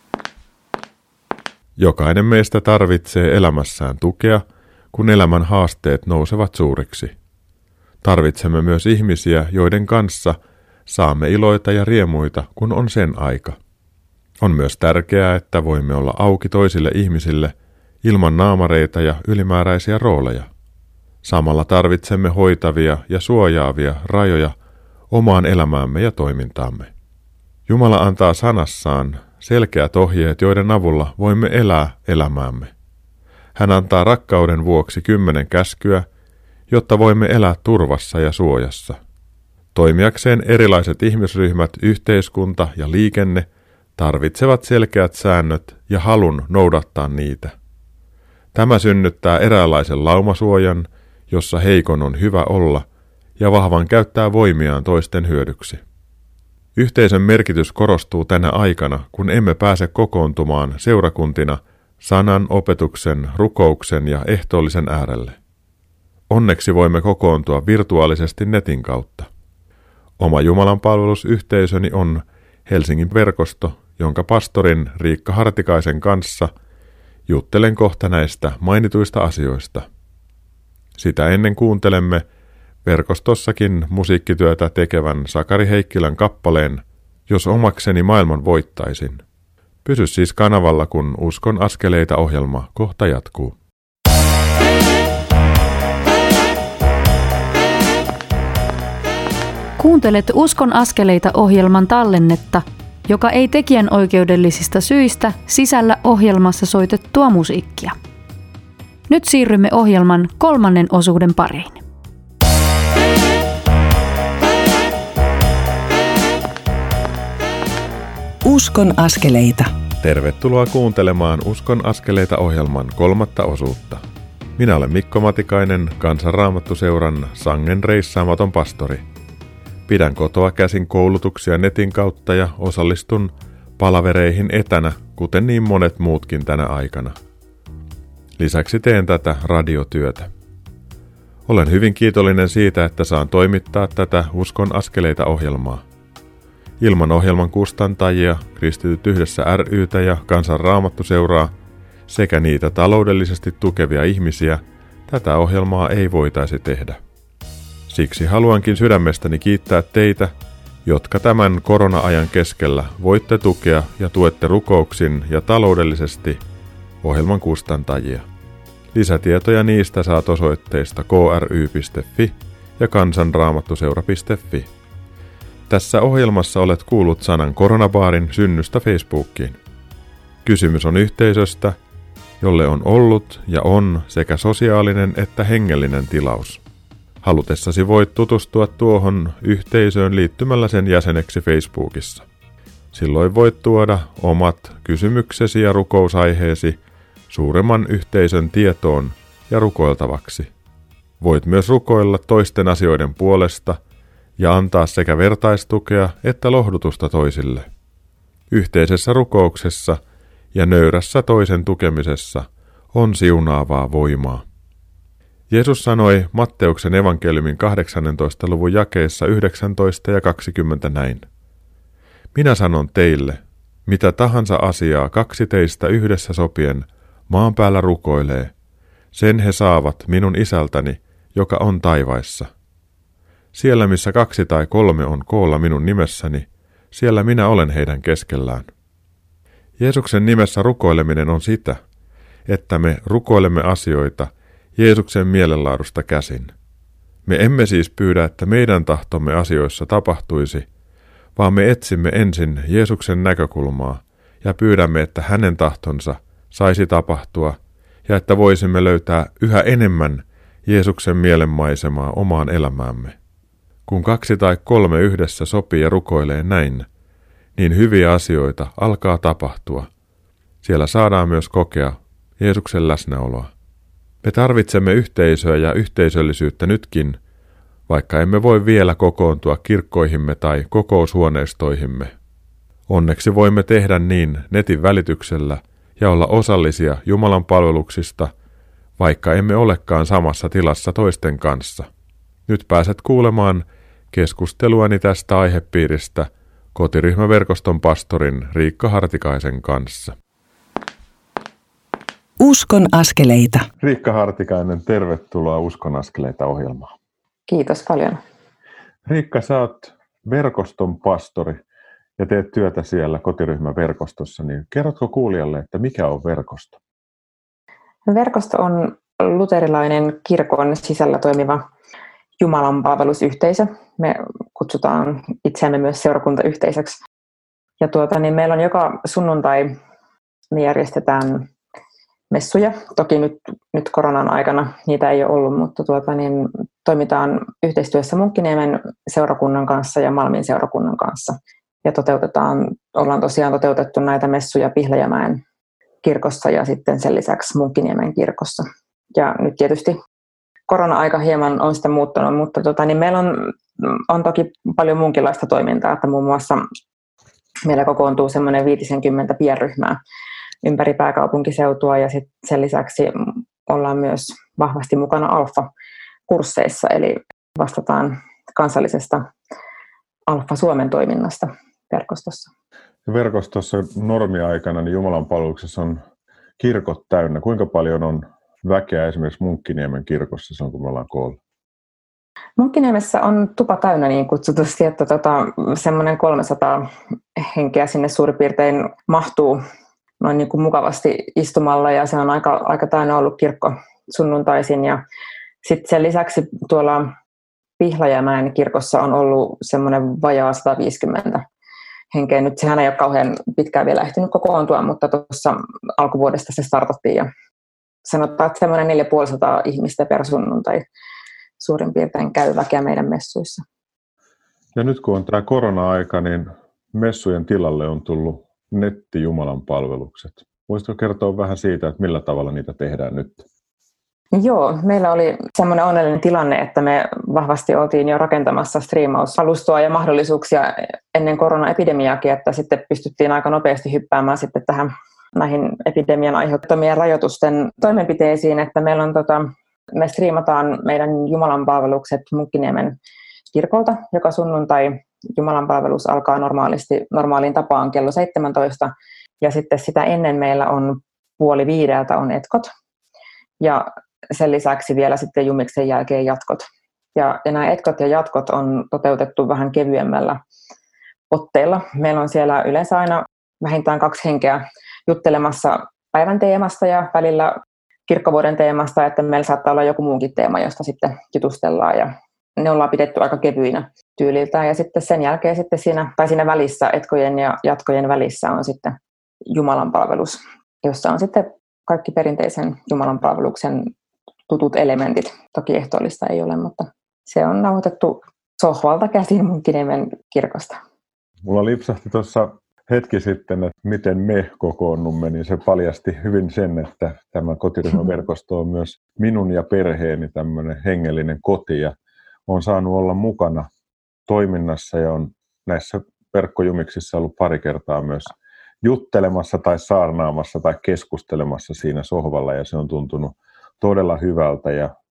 Jokainen meistä tarvitsee elämässään tukea, kun elämän haasteet nousevat suuriksi. Tarvitsemme myös ihmisiä, joiden kanssa saamme iloita ja riemuita, kun on sen aika. On myös tärkeää, että voimme olla auki toisille ihmisille ilman naamareita ja ylimääräisiä rooleja. Samalla tarvitsemme hoitavia ja suojaavia rajoja omaan elämäämme ja toimintaamme. Jumala antaa sanassaan selkeät ohjeet, joiden avulla voimme elää elämäämme. Hän antaa rakkauden vuoksi 10 käskyä, jotta voimme elää turvassa ja suojassa. Toimijakseen erilaiset ihmisryhmät, yhteiskunta ja liikenne tarvitsevat selkeät säännöt ja halun noudattaa niitä. Tämä synnyttää eräänlaisen laumasuojan, jossa heikon on hyvä olla ja vahvan käyttää voimiaan toisten hyödyksi. Yhteisön merkitys korostuu tänä aikana, kun emme pääse kokoontumaan seurakuntina sanan, opetuksen, rukouksen ja ehtoollisen äärelle. Onneksi voimme kokoontua virtuaalisesti netin kautta. Oma jumalanpalvelusyhteisöni on Helsingin verkosto, jonka pastorin Riikka Hartikaisen kanssa juttelen kohta näistä mainituista asioista. Sitä ennen kuuntelemme verkostossakin musiikkityötä tekevän Sakari Heikkilän kappaleen Jos omakseni maailman voittaisin. Pysy siis kanavalla, kun Uskon askeleita -ohjelma kohta jatkuu. Kuuntelet Uskon askeleita -ohjelman tallennetta, joka ei tekijänoikeudellisista syistä sisällä ohjelmassa soitettua musiikkia. Nyt siirrymme ohjelman 3. osuuden pariin. Uskon askeleita. Tervetuloa kuuntelemaan Uskon askeleita -ohjelman 3. osuutta. Minä olen Mikko Matikainen, Kansan Raamattuseuran sangen reissaamaton pastori. Pidän kotoa käsin koulutuksia netin kautta ja osallistun palavereihin etänä, kuten niin monet muutkin tänä aikana. Lisäksi teen tätä radiotyötä. Olen hyvin kiitollinen siitä, että saan toimittaa tätä Uskon askeleita -ohjelmaa. Ilman ohjelman kustantajia, Kristityt yhdessä ry:tä ja Kansan Raamattuseuraa sekä niitä taloudellisesti tukevia ihmisiä, tätä ohjelmaa ei voitaisi tehdä. Siksi haluankin sydämestäni kiittää teitä, jotka tämän korona-ajan keskellä voitte tukea ja tuette rukouksin ja taloudellisesti ohjelman kustantajia. Lisätietoja niistä saat osoitteista kry.fi ja kansanraamattuseura.fi. Tässä ohjelmassa olet kuullut sanan koronabaarin synnystä Facebookiin. Kysymys on yhteisöstä, jolle on ollut ja on sekä sosiaalinen että hengellinen tilaus. Halutessasi voit tutustua tuohon yhteisöön liittymällä sen jäseneksi Facebookissa. Silloin voit tuoda omat kysymyksesi ja rukousaiheesi suuremman yhteisön tietoon ja rukoiltavaksi. Voit myös rukoilla toisten asioiden puolesta ja antaa sekä vertaistukea että lohdutusta toisille. Yhteisessä rukouksessa ja nöyrässä toisen tukemisessa on siunaavaa voimaa. Jeesus sanoi Matteuksen evankeliumin 18. luvun jakeissa 19 ja 20 näin. Minä sanon teille, mitä tahansa asiaa 2 teistä yhdessä sopien maan päällä rukoilee, sen he saavat minun isältäni, joka on taivaissa. Siellä missä 2 tai 3 on koolla minun nimessäni, siellä minä olen heidän keskellään. Jeesuksen nimessä rukoileminen on sitä, että me rukoilemme asioita Jeesuksen mielenlaadusta käsin. Me emme siis pyydä, että meidän tahtomme asioissa tapahtuisi, vaan me etsimme ensin Jeesuksen näkökulmaa ja pyydämme, että hänen tahtonsa saisi tapahtua ja että voisimme löytää yhä enemmän Jeesuksen mielenmaisemaa omaan elämäämme. Kun 2 tai 3 yhdessä sopii ja rukoilee näin, niin hyviä asioita alkaa tapahtua. Siellä saadaan myös kokea Jeesuksen läsnäoloa. Me tarvitsemme yhteisöä ja yhteisöllisyyttä nytkin, vaikka emme voi vielä kokoontua kirkkoihimme tai kokoushuoneistoihimme. Onneksi voimme tehdä niin netin välityksellä ja olla osallisia Jumalan palveluksista, vaikka emme olekaan samassa tilassa toisten kanssa. Nyt pääset kuulemaan keskusteluani tästä aihepiiristä kotiryhmäverkoston pastorin Riikka Hartikaisen kanssa. Uskon askeleita. Riikka Hartikainen, tervetuloa Uskon askeleita -ohjelmaan. Kiitos paljon. Riikka, sä oot verkoston pastori ja teet työtä siellä kotiryhmäverkostossa, niin kerrotko kuulijalle, että mikä on verkosto? Verkosto on luterilainen kirkon sisällä toimiva Jumalan palvelusyhteisö. Me kutsutaan itseämme myös seurakuntayhteisöksi. Ja meillä on joka sunnuntai, me järjestetään messuja. Toki nyt koronan aikana niitä ei ole ollut, mutta toimitaan yhteistyössä Munkkiniemen seurakunnan kanssa ja Malmin seurakunnan kanssa. Ja ollaan tosiaan toteutettu näitä messuja Pihlajamäen kirkossa ja sitten sen lisäksi Munkkiniemen kirkossa. Ja nyt tietysti korona-aika hieman on sitä muuttunut, mutta meillä on toki paljon muunkinlaista toimintaa, että muun muassa meillä kokoontuu semmoinen 50 pienryhmää ympäri pääkaupunkiseutua ja sitten sen lisäksi ollaan myös vahvasti mukana Alfa-kursseissa, eli vastataan kansallisesta Alfa Suomen toiminnasta verkostossa. Verkostossa normiaikana niin Jumalan palveluksessa on kirkot täynnä. Kuinka paljon on väkeä esimerkiksi Munkkiniemen kirkossa silloin, kun me ollaan koolla? Munkkiniemessä on tupa täynnä niin kutsutusti, että semmoinen 300 henkeä sinne suurin piirtein mahtuu noin niin kuin mukavasti istumalla ja se on aika täynnä ollut kirkko sunnuntaisin. Ja sitten sen lisäksi tuolla Pihlajamäen kirkossa on ollut semmoinen vajaa 150 henkeä. Nyt sehän ei ole kauhean pitkään vielä ehtinyt kokoontua, mutta tuossa alkuvuodesta se startattiin ja sanotaan, että semmoinen 450 ihmistä per sunnuntai suurin piirtein käy väkeä meidän messuissa. Ja nyt kun on tämä korona-aika, niin messujen tilalle on tullut netti-Jumalan palvelukset. Voisitko kertoa vähän siitä, että millä tavalla niitä tehdään nyt? Joo, meillä oli semmoinen onnellinen tilanne, että me vahvasti oltiin jo rakentamassa striimausalustoa ja mahdollisuuksia ennen koronaepidemiaakin, että sitten pystyttiin aika nopeasti hyppäämään sitten näihin epidemian aiheuttamien rajoitusten toimenpiteisiin, että meillä on me striimataan meidän Jumalan palvelukset Munkkiniemen kirkolta, joka sunnuntai Jumalan palvelus alkaa normaaliin tapaan kello 17 ja sitten sitä ennen meillä on 4:30 on etkot ja sen lisäksi vielä sitten Jumiksen jälkeen jatkot. Ja nämä etkot ja jatkot on toteutettu vähän kevyemmällä otteella. Meillä on siellä yleensä aina vähintään 2 henkeä juttelemassa päivän teemasta ja välillä kirkkovuoden teemasta, että meillä saattaa olla joku muukin teema, josta sitten jutustellaan ja ne ollaan pidetty aika kevyinä tyyliltään ja sitten sen jälkeen sitten siinä välissä, etkojen ja jatkojen välissä on sitten Jumalan palvelus, jossa on sitten kaikki perinteisen Jumalan palveluksen tutut elementit. Toki ehtoollista ei ole, mutta se on nauhoitettu sohvalta käsin Munkkiniemen kirkosta. Mulla lipsahti tuossa hetki sitten, että miten me kokoonnumme, niin se paljasti hyvin sen, että tämä kotiryhmäverkosto on myös minun ja perheeni tämmöinen hengellinen koti ja olen saanut olla mukana toiminnassa ja on näissä verkkojumiksissa ollut pari kertaa myös juttelemassa tai saarnaamassa tai keskustelemassa siinä sohvalla ja se on tuntunut todella hyvältä ja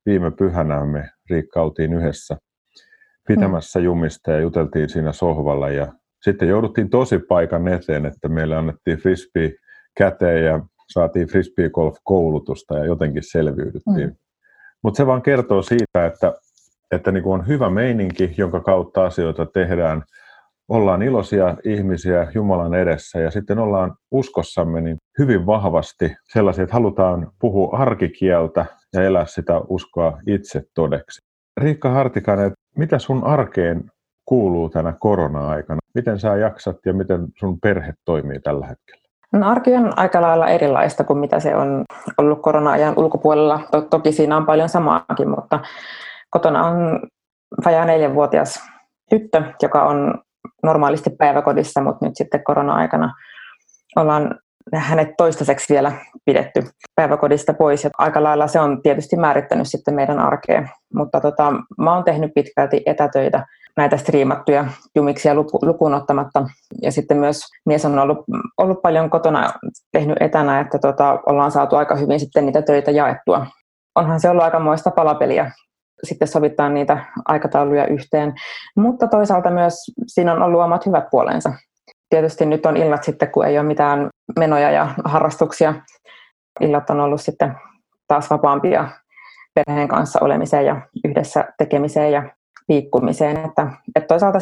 viime pyhänä me Riikka oltiin yhdessä pitämässä jumista ja juteltiin siinä sohvalla ja sitten jouduttiin tosi paikan eteen, että meille annettiin frisbee käteen ja saatiin frisbee golf-koulutusta ja jotenkin selviydyttiin. Mutta se vaan kertoo siitä, että niin kuin on hyvä meininki, jonka kautta asioita tehdään. Ollaan iloisia ihmisiä Jumalan edessä ja sitten ollaan uskossamme niin hyvin vahvasti sellaisia, että halutaan puhua arkikieltä ja elää sitä uskoa itse todeksi. Riikka Hartikainen, mitä sun arkeen kuuluu tänä korona-aikana? Miten sä jaksat ja miten sun perhe toimii tällä hetkellä? No, arki on aika lailla erilaista kuin mitä se on ollut korona-ajan ulkopuolella. Toki siinä on paljon samaakin, mutta kotona on vajaa 4-vuotias tyttö, joka on normaalisti päiväkodissa, mutta nyt sitten korona-aikana ollaan hänet toistaiseksi vielä pidetty päiväkodista pois. Ja aika lailla se on tietysti määrittänyt sitten meidän arkea, mutta mä oon tehnyt pitkälti etätöitä, näitä striimattuja jumiksia lukuun ottamatta. Ja sitten myös mies on ollut paljon kotona tehnyt etänä, että ollaan saatu aika hyvin sitten niitä töitä jaettua. Onhan se ollut aikamoista palapeliä sitten sovittaa niitä aikatauluja yhteen, mutta toisaalta myös siinä on ollut omat hyvät puolensa. Tietysti nyt on illat sitten, kun ei ole mitään menoja ja harrastuksia. Illat on ollut sitten taas vapaampia perheen kanssa olemiseen ja yhdessä tekemiseen ja liikkumiseen. Että toisaalta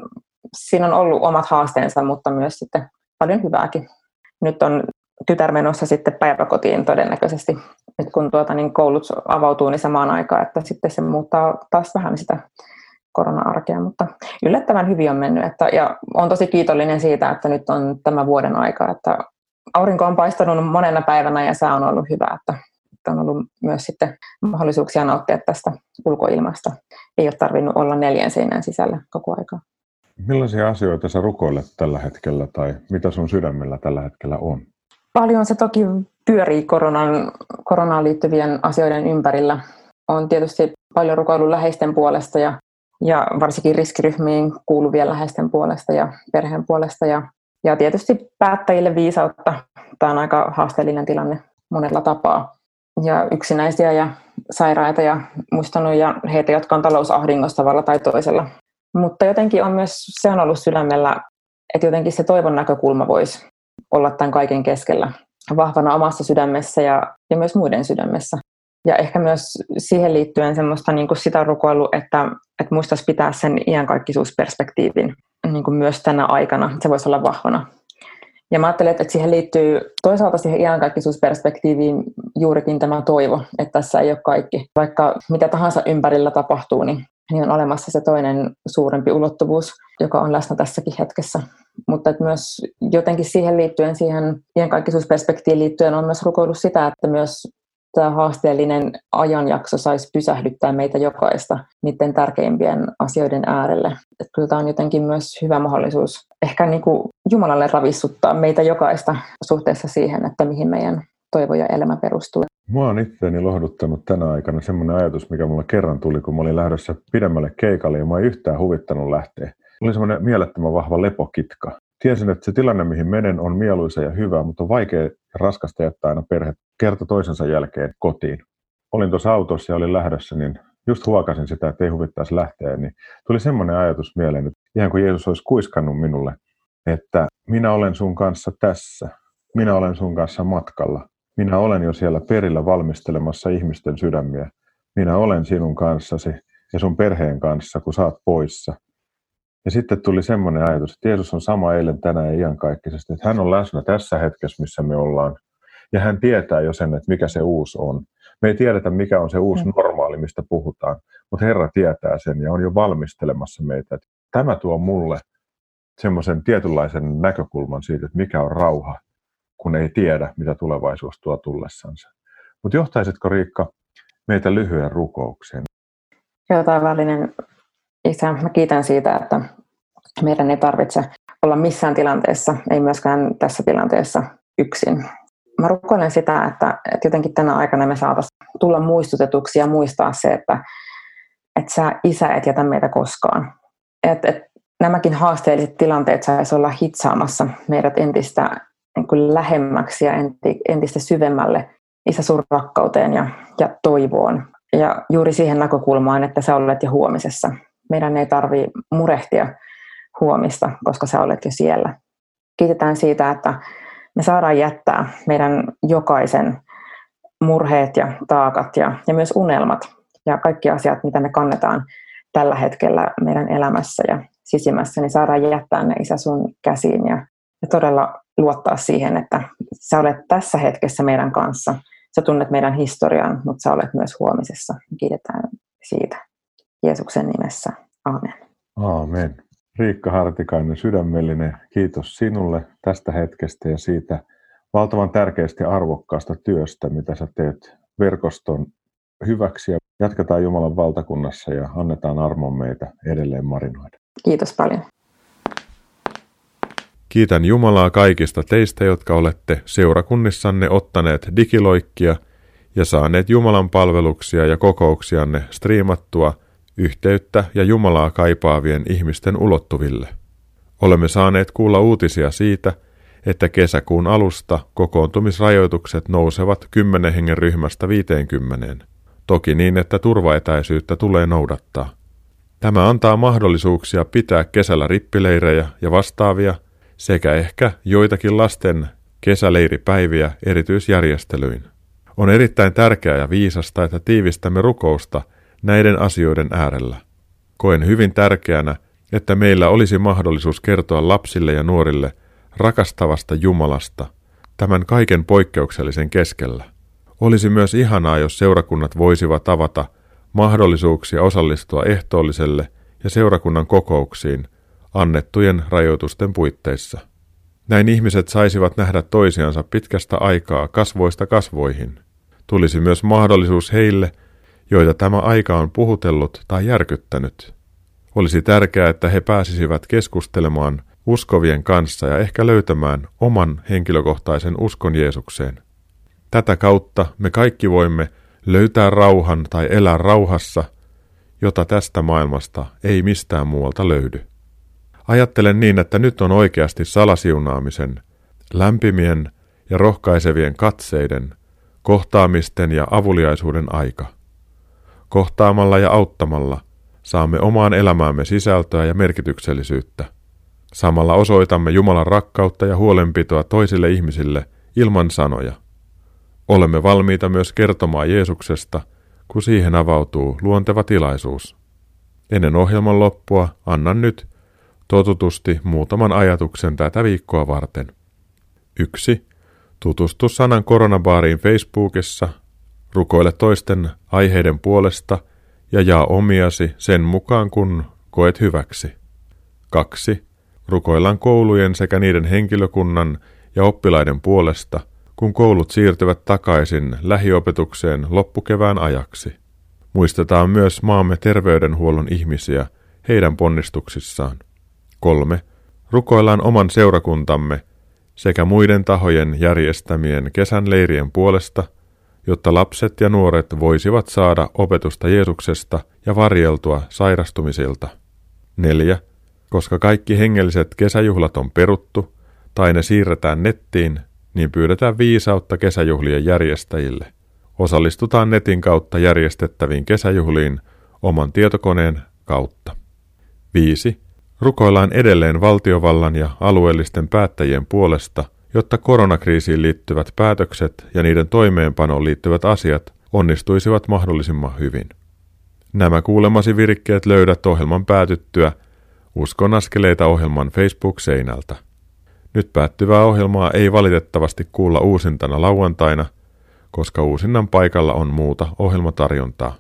siinä on ollut omat haasteensa, mutta myös sitten paljon hyvääkin. Nyt on tytär menossa sitten päiväkotiin todennäköisesti. Nyt kun koulut avautuu, niin samaan aikaan, että sitten se muuttaa taas vähän sitä korona-arkea, mutta yllättävän hyvin on mennyt. Ja olen tosi kiitollinen siitä, että nyt on tämä vuoden aika, että aurinko on paistanut monena päivänä ja sää on ollut hyvä, että on ollut myös sitten mahdollisuuksia nauttia tästä ulkoilmasta. Ei ole tarvinnut olla 4 seinän sisällä koko aikaa. Millaisia asioita sä rukoilet tällä hetkellä tai mitä sun sydämellä tällä hetkellä on? Paljon se toki pyörii koronaan liittyvien asioiden ympärillä. On tietysti paljon rukoillut läheisten puolesta ja varsinkin riskiryhmiin kuuluvien läheisten puolesta ja perheen puolesta. Ja tietysti päättäjille viisautta. Tämä on aika haasteellinen tilanne monella tapaa. Ja yksinäisiä ja sairaita ja muistanut ja heitä, jotka on talousahdingossa tavalla tai toisella. Mutta jotenkin se on ollut sydämellä, että jotenkin se toivon näkökulma voisi olla tämän kaiken keskellä vahvana omassa sydämessä ja myös muiden sydämessä. Ja ehkä myös siihen liittyen semmoista niin kuin sitä rukoillut, että muistaisi pitää sen iankaikkisuusperspektiivin niin kuin myös tänä aikana. Se voisi olla vahvana. Ja mä ajattelen, että siihen liittyy toisaalta siihen iankaikkisuusperspektiiviin juurikin tämä toivo, että tässä ei ole kaikki. Vaikka mitä tahansa ympärillä tapahtuu, niin on olemassa se toinen suurempi ulottuvuus, joka on läsnä tässäkin hetkessä. Mutta että myös jotenkin siihen liittyen, siihen iankaikkisuusperspektiiviin liittyen on myös rukoillut sitä, että myös tämä haasteellinen ajanjakso saisi pysähdyttää meitä jokaista niiden tärkeimpien asioiden äärelle. Että kyllä tämä on jotenkin myös hyvä mahdollisuus ehkä niin kuin Jumalalle ravissuttaa meitä jokaista suhteessa siihen, että mihin meidän toivo ja elämä perustuu. Mua on itseäni lohduttanut tänä aikana semmoinen ajatus, mikä mulle kerran tuli, kun mä olin lähdössä pidemmälle keikalle ja mä en yhtään huvittanut lähteä. Oli semmoinen mielettömän vahva lepokitka. Tiesin, että se tilanne, mihin menen, on mieluisa ja hyvä, mutta on vaikea ja raskasta jättää aina perhe kerta toisensa jälkeen kotiin. Olin tuossa autossa ja olin lähdössä, niin just huokasin sitä, että ei huvittaisi lähteä, niin tuli semmoinen ajatus mieleen, että ihan kuin Jeesus olisi kuiskannut minulle, että minä olen sun kanssa tässä, minä olen sun kanssa matkalla, minä olen jo siellä perillä valmistelemassa ihmisten sydämiä, minä olen sinun kanssasi ja sun perheen kanssa, kun sä oot poissa. Ja sitten tuli semmoinen ajatus, että Jeesus on sama eilen, tänään ja iankaikkisesti, että hän on läsnä tässä hetkessä, missä me ollaan. Ja hän tietää jo sen, että mikä se uusi on. Me ei tiedetä, mikä on se uusi normaali, mistä puhutaan, mutta Herra tietää sen ja on jo valmistelemassa meitä. Että tämä tuo mulle semmoisen tietynlaisen näkökulman siitä, että mikä on rauha, kun ei tiedä, mitä tulevaisuus tuo tullessansa. Mutta johtaisitko, Riikka, meitä lyhyen rukoukseen? Joo, taivallinen Isä, mä kiitän siitä, että meidän ei tarvitse olla missään tilanteessa, ei myöskään tässä tilanteessa yksin. Mä rukoilen sitä, että jotenkin tänä aikana me saataisiin tulla muistutetuksi ja muistaa se, että sä Isä et jätä meitä koskaan. Että nämäkin haasteelliset tilanteet saisi olla hitsaamassa meidät entistä niin kuin lähemmäksi ja entistä syvemmälle Isä sun rakkauteen ja toivoon. ja juuri siihen näkökulmaan, että sä olet jo huomisessa. Meidän ei tarvitse murehtia huomista, koska sä olet jo siellä. Kiitetään siitä, että me saadaan jättää meidän jokaisen murheet ja taakat ja myös unelmat ja kaikki asiat, mitä me kannetaan tällä hetkellä meidän elämässä ja sisimmässä, niin saadaan jättää ne Isä sun käsiin ja todella luottaa siihen, että sä olet tässä hetkessä meidän kanssa. Sä tunnet meidän historian, mutta sä olet myös huomisessa. Kiitetään siitä Jeesuksen nimessä. Aamen. Aamen. Riikka Hartikainen, sydämellinen kiitos sinulle tästä hetkestä ja siitä valtavan tärkeästä ja arvokkaasta työstä, mitä sä teet verkoston hyväksi. Ja jatketaan Jumalan valtakunnassa ja annetaan armon meitä edelleen marinoida. Kiitos paljon. Kiitän Jumalaa kaikista teistä, jotka olette seurakunnissanne ottaneet digiloikkia ja saaneet Jumalan palveluksia ja kokouksianne striimattua yhteyttä ja Jumalaa kaipaavien ihmisten ulottuville. Olemme saaneet kuulla uutisia siitä, että kesäkuun alusta kokoontumisrajoitukset nousevat 10 hengen ryhmästä 50. Toki niin, että turvaetäisyyttä tulee noudattaa. Tämä antaa mahdollisuuksia pitää kesällä rippileirejä ja vastaavia sekä ehkä joitakin lasten kesäleiripäiviä erityisjärjestelyin. On erittäin tärkeää ja viisasta, että tiivistämme rukousta näiden asioiden äärellä. Koen hyvin tärkeänä, että meillä olisi mahdollisuus kertoa lapsille ja nuorille rakastavasta Jumalasta tämän kaiken poikkeuksellisen keskellä. Olisi myös ihanaa, jos seurakunnat voisivat avata mahdollisuuksia osallistua ehtoolliselle ja seurakunnan kokouksiin annettujen rajoitusten puitteissa. Näin ihmiset saisivat nähdä toisiansa pitkästä aikaa kasvoista kasvoihin. Tulisi myös mahdollisuus heille, joita tämä aika on puhutellut tai järkyttänyt. Olisi tärkeää, että he pääsisivät keskustelemaan uskovien kanssa ja ehkä löytämään oman henkilökohtaisen uskon Jeesukseen. Tätä kautta me kaikki voimme löytää rauhan tai elää rauhassa, jota tästä maailmasta ei mistään muualta löydy. Ajattelen niin, että nyt on oikeasti salasiunaamisen, lämpimien ja rohkaisevien katseiden, kohtaamisten ja avuliaisuuden aika. Kohtaamalla ja auttamalla saamme omaan elämäämme sisältöä ja merkityksellisyyttä. Samalla osoitamme Jumalan rakkautta ja huolenpitoa toisille ihmisille ilman sanoja. Olemme valmiita myös kertomaan Jeesuksesta, kun siihen avautuu luonteva tilaisuus. Ennen ohjelman loppua annan nyt totutusti muutaman ajatuksen tätä viikkoa varten. 1. Tutustu Sanan koronabaariin Facebookissa, rukoile toisten aiheiden puolesta ja jaa omiasi sen mukaan, kun koet hyväksi. 2. Rukoillaan koulujen sekä niiden henkilökunnan ja oppilaiden puolesta, kun koulut siirtyvät takaisin lähiopetukseen loppukevään ajaksi. Muistetaan myös maamme terveydenhuollon ihmisiä heidän ponnistuksissaan. 3. Rukoillaan oman seurakuntamme sekä muiden tahojen järjestämien kesän leirien puolesta, jotta lapset ja nuoret voisivat saada opetusta Jeesuksesta ja varjeltua sairastumisilta. 4. Koska kaikki hengelliset kesäjuhlat on peruttu tai ne siirretään nettiin, niin pyydetään viisautta kesäjuhlien järjestäjille. Osallistutaan netin kautta järjestettäviin kesäjuhliin oman tietokoneen kautta. 5. Rukoillaan edelleen valtiovallan ja alueellisten päättäjien puolesta, jotta koronakriisiin liittyvät päätökset ja niiden toimeenpanoon liittyvät asiat onnistuisivat mahdollisimman hyvin. Nämä kuulemasi virkkeet löydät ohjelman päätyttyä Uskon askeleita -ohjelman Facebook-seinältä. Nyt päättyvää ohjelmaa ei valitettavasti kuulla uusintana lauantaina, koska uusinnan paikalla on muuta ohjelmatarjontaa.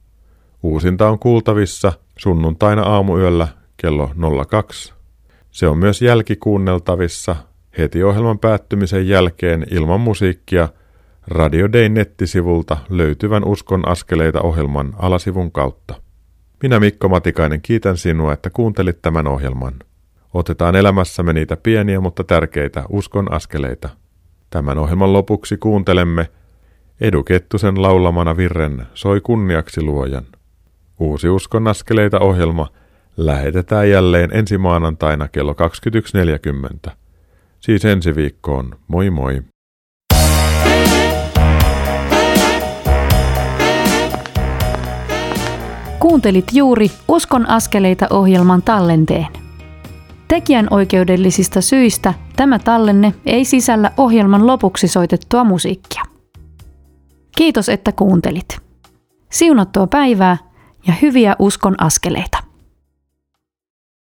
Uusinta on kuultavissa sunnuntaina aamuyöllä kello 02. Se on myös jälkikuunneltavissa heti ohjelman päättymisen jälkeen ilman musiikkia Radio Dayn nettisivulta löytyvän Uskon askeleita -ohjelman alasivun kautta. Minä Mikko Matikainen kiitän sinua, että kuuntelit tämän ohjelman. Otetaan elämässämme niitä pieniä, mutta tärkeitä uskon askeleita. Tämän ohjelman lopuksi kuuntelemme Edu Kettusen laulamana virren Soi kunniaksi luojan. Uusi Uskon askeleita -ohjelma lähetetään jälleen ensi maanantaina kello 21.40. Siis ensi viikkoon. Moi moi! Kuuntelit juuri Uskon askeleita -ohjelman tallenteen. Tekijänoikeudellisista syistä tämä tallenne ei sisällä ohjelman lopuksi soitettua musiikkia. Kiitos, että kuuntelit. Siunattua päivää ja hyviä uskon askeleita.